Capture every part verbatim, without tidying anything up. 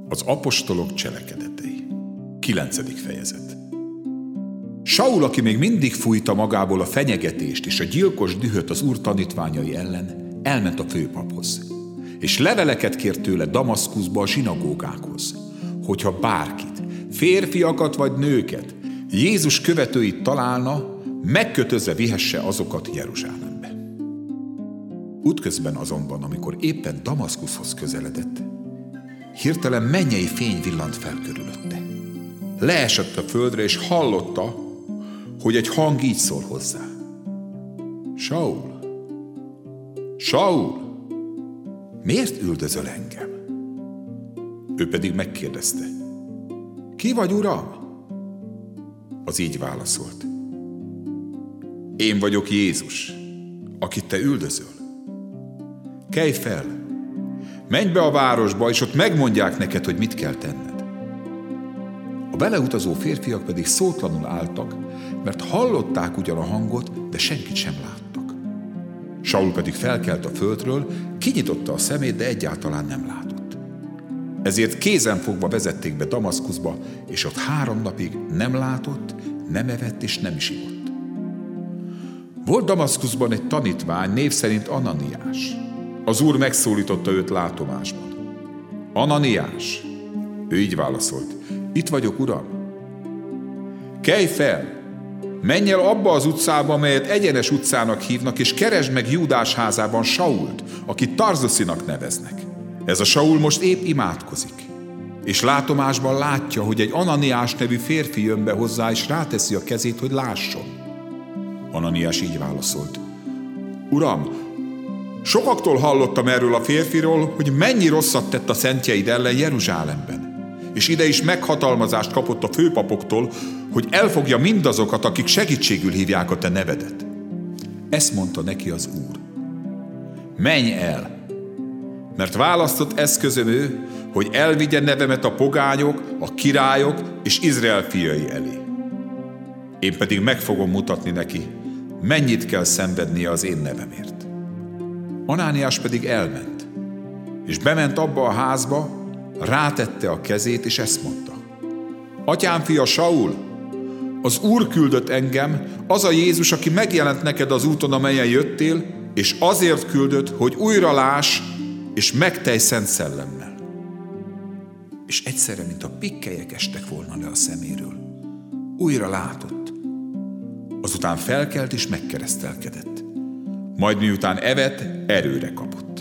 Az apostolok cselekedetei. kilencedik fejezet. Saul, aki még mindig fújta magából a fenyegetést és a gyilkos dühöt az Úr tanítványai ellen, elment a főpaphoz, és leveleket kért tőle Damaszkuszba a zsinagógákhoz, hogyha bárkit, férfiakat vagy nőket, Jézus követőit találna, megkötözve vihesse azokat Jeruzsálembe. Útközben azonban, amikor éppen Damaszkuszhoz közeledett, hirtelen mennyei fény villant fel körülötte. Leesett a földre, és hallotta, hogy egy hang így szól hozzá. Saul, Saul, miért üldözöl engem? Ő pedig megkérdezte, ki vagy, Uram? Az így válaszolt, én vagyok Jézus, akit te üldözöl. Kelj fel, menj be a városba, és ott megmondják neked, hogy mit kell tenned. A beleutazó férfiak pedig szótlanul álltak, mert hallották ugyan a hangot, de senkit sem láttak. Saul pedig felkelt a földről, kinyitotta a szemét, de egyáltalán nem látott. Ezért kézenfogva vezették be Damaszkuszba, és ott három napig nem látott, nem evett és nem is ivott. Volt Damaszkuszban egy tanítvány, név szerint Ananiás. Az Úr megszólította őt látomásban. Ananiás, ő így válaszolt, itt vagyok, Uram. Kelj fel, menj el abba az utcába, amelyet Egyenes utcának hívnak, és keresd meg Júdás házában Sault, akit Tarzuszinak neveznek. Ez a Saul most épp imádkozik, és látomásban látja, hogy egy Ananiás nevű férfi jön be hozzá, és ráteszi a kezét, hogy lásson. Ananiás így válaszolt, Uram, sokaktól hallottam erről a férfiról, hogy mennyi rosszat tett a szentjeid ellen Jeruzsálemben, és ide is meghatalmazást kapott a főpapoktól, hogy elfogja mindazokat, akik segítségül hívják a te nevedet. Ezt mondta neki az Úr. Menj el, mert választott eszközöm ő, hogy elvigye nevemet a pogányok, a királyok és Izrael fiai elé. Én pedig meg fogom mutatni neki, mennyit kell szenvednie az én nevemért. Anániás pedig elment, és bement abba a házba, rátette a kezét, és ezt mondta. Atyám fia Saul, az Úr küldött engem, az a Jézus, aki megjelent neked az úton, amelyen jöttél, és azért küldött, hogy újra láss, és megtelj szent szellemmel. És egyszerre, mint a pikkelyek estek volna le a szeméről, újra látott. Azután felkelt és megkeresztelkedett. Majd miután evett, erőre kapott.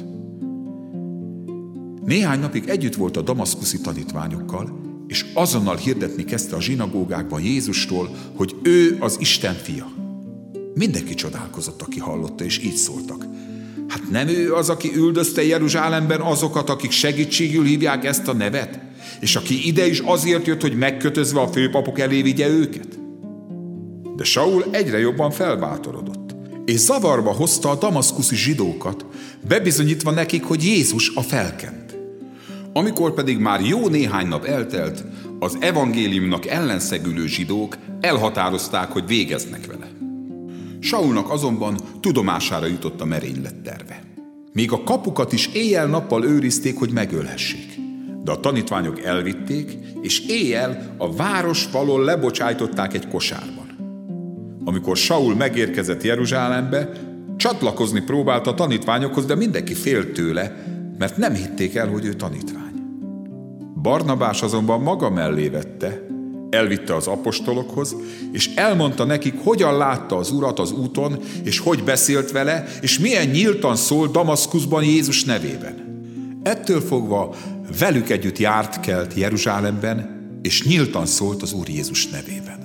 Néhány napig együtt volt a damaszkuszi tanítványokkal, és azonnal hirdetni kezdte a zsinagógákban Jézusról, hogy ő az Isten fia. Mindenki csodálkozott, aki hallotta, és így szóltak. Hát nem ő az, aki üldözte Jeruzsálemben azokat, akik segítségül hívják ezt a nevet? És aki ide is azért jött, hogy megkötözve a főpapok elé vigye őket? De Saul egyre jobban felbátorodott, és zavarba hozta a damaszkuszi zsidókat, bebizonyítva nekik, hogy Jézus a felkent. Amikor pedig már jó néhány nap eltelt, az evangéliumnak ellenszegülő zsidók elhatározták, hogy végeznek vele. Saulnak azonban tudomására jutott a merénylet terve. Még a kapukat is éjjel-nappal őrizték, hogy megölhessék. De a tanítványok elvitték, és éjjel a város falon lebocsájtották egy kosárban. Amikor Saul megérkezett Jeruzsálembe, csatlakozni próbált a tanítványokhoz, de mindenki félt tőle, mert nem hitték el, hogy ő tanítvány. Barnabás azonban maga mellé vette, elvitte az apostolokhoz, és elmondta nekik, hogyan látta az Urat az úton, és hogy beszélt vele, és milyen nyíltan szól Damaszkuszban Jézus nevében. Ettől fogva velük együtt járt kelt Jeruzsálemben, és nyíltan szólt az Úr Jézus nevében.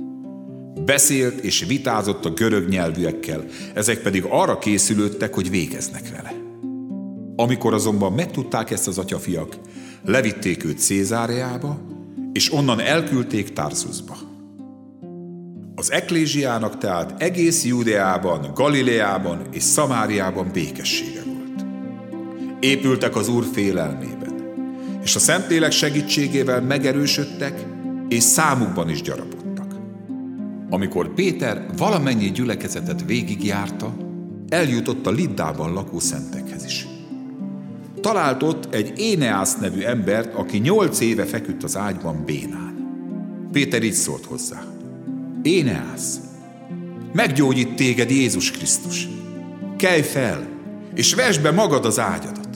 Beszélt és vitázott a görög nyelvűekkel, ezek pedig arra készülődtek, hogy végeznek vele. Amikor azonban megtudták ezt az atyafiak, levitték őt Cézáreába, és onnan elküldték Tarzusba. Az eklézsiának tehát egész Júdeában, Galileában és Szamáriában békessége volt. Épültek az Úr félelmében, és a Szentlélek segítségével megerősödtek, és számukban is gyarapodtak. Amikor Péter valamennyi gyülekezetet végigjárta, eljutott a Liddában lakó szentekhez is. talált ott egy Éneász nevű embert, aki nyolc éve feküdt az ágyban bénán. Péter így szólt hozzá: Éneász, meggyógyít téged Jézus Krisztus. Kelj fel, és vesd be magad az ágyadat.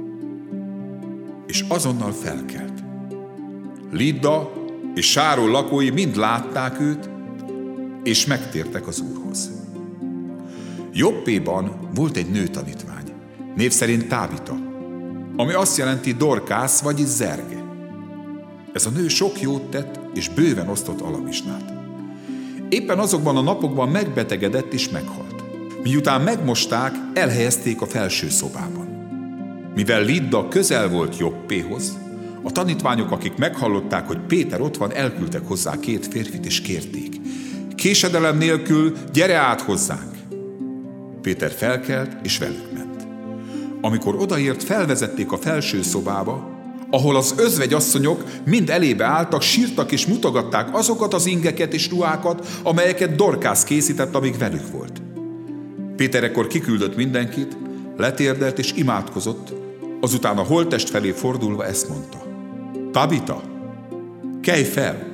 És azonnal felkelt. Lidda és Sáron lakói mind látták őt, és megtértek az Úrhoz. Joppéban volt egy nőtanítvány, név szerint Tábita, ami azt jelenti Dorkász, vagyis zerge. Ez a nő sok jót tett, és bőven osztott alamizsnát. Éppen azokban a napokban megbetegedett és meghalt. Miután megmosták, elhelyezték a felső szobában. Mivel Lidda közel volt Joppéhoz, a tanítványok, akik meghallották, hogy Péter ott van, elküldtek hozzá két férfit, és kérték: késedelem nélkül gyere át hozzánk! Péter felkelt, és velük ment. Amikor odaért, felvezették a felső szobába, ahol az özvegyasszonyok mind elébe álltak, sírtak és mutogatták azokat az ingeket és ruhákat, amelyeket Dorkász készített, amíg velük volt. Péter ekkor kiküldött mindenkit, letérdelt és imádkozott, azután a holttest felé fordulva ezt mondta: Tabita, kelj fel!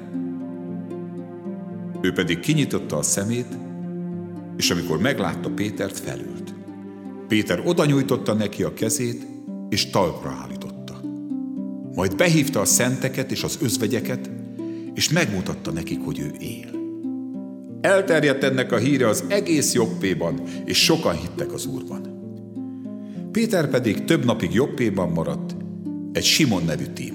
Ő pedig kinyitotta a szemét, és amikor meglátta Pétert, felült. Péter odanyújtotta neki a kezét, és talpra állította. Majd behívta a szenteket és az özvegyeket, és megmutatta nekik, hogy ő él. Elterjedt ennek a híre az egész Joppéban, és sokan hittek az Úrban. Péter pedig több napig Joppéban maradt, egy Simon nevű tímán.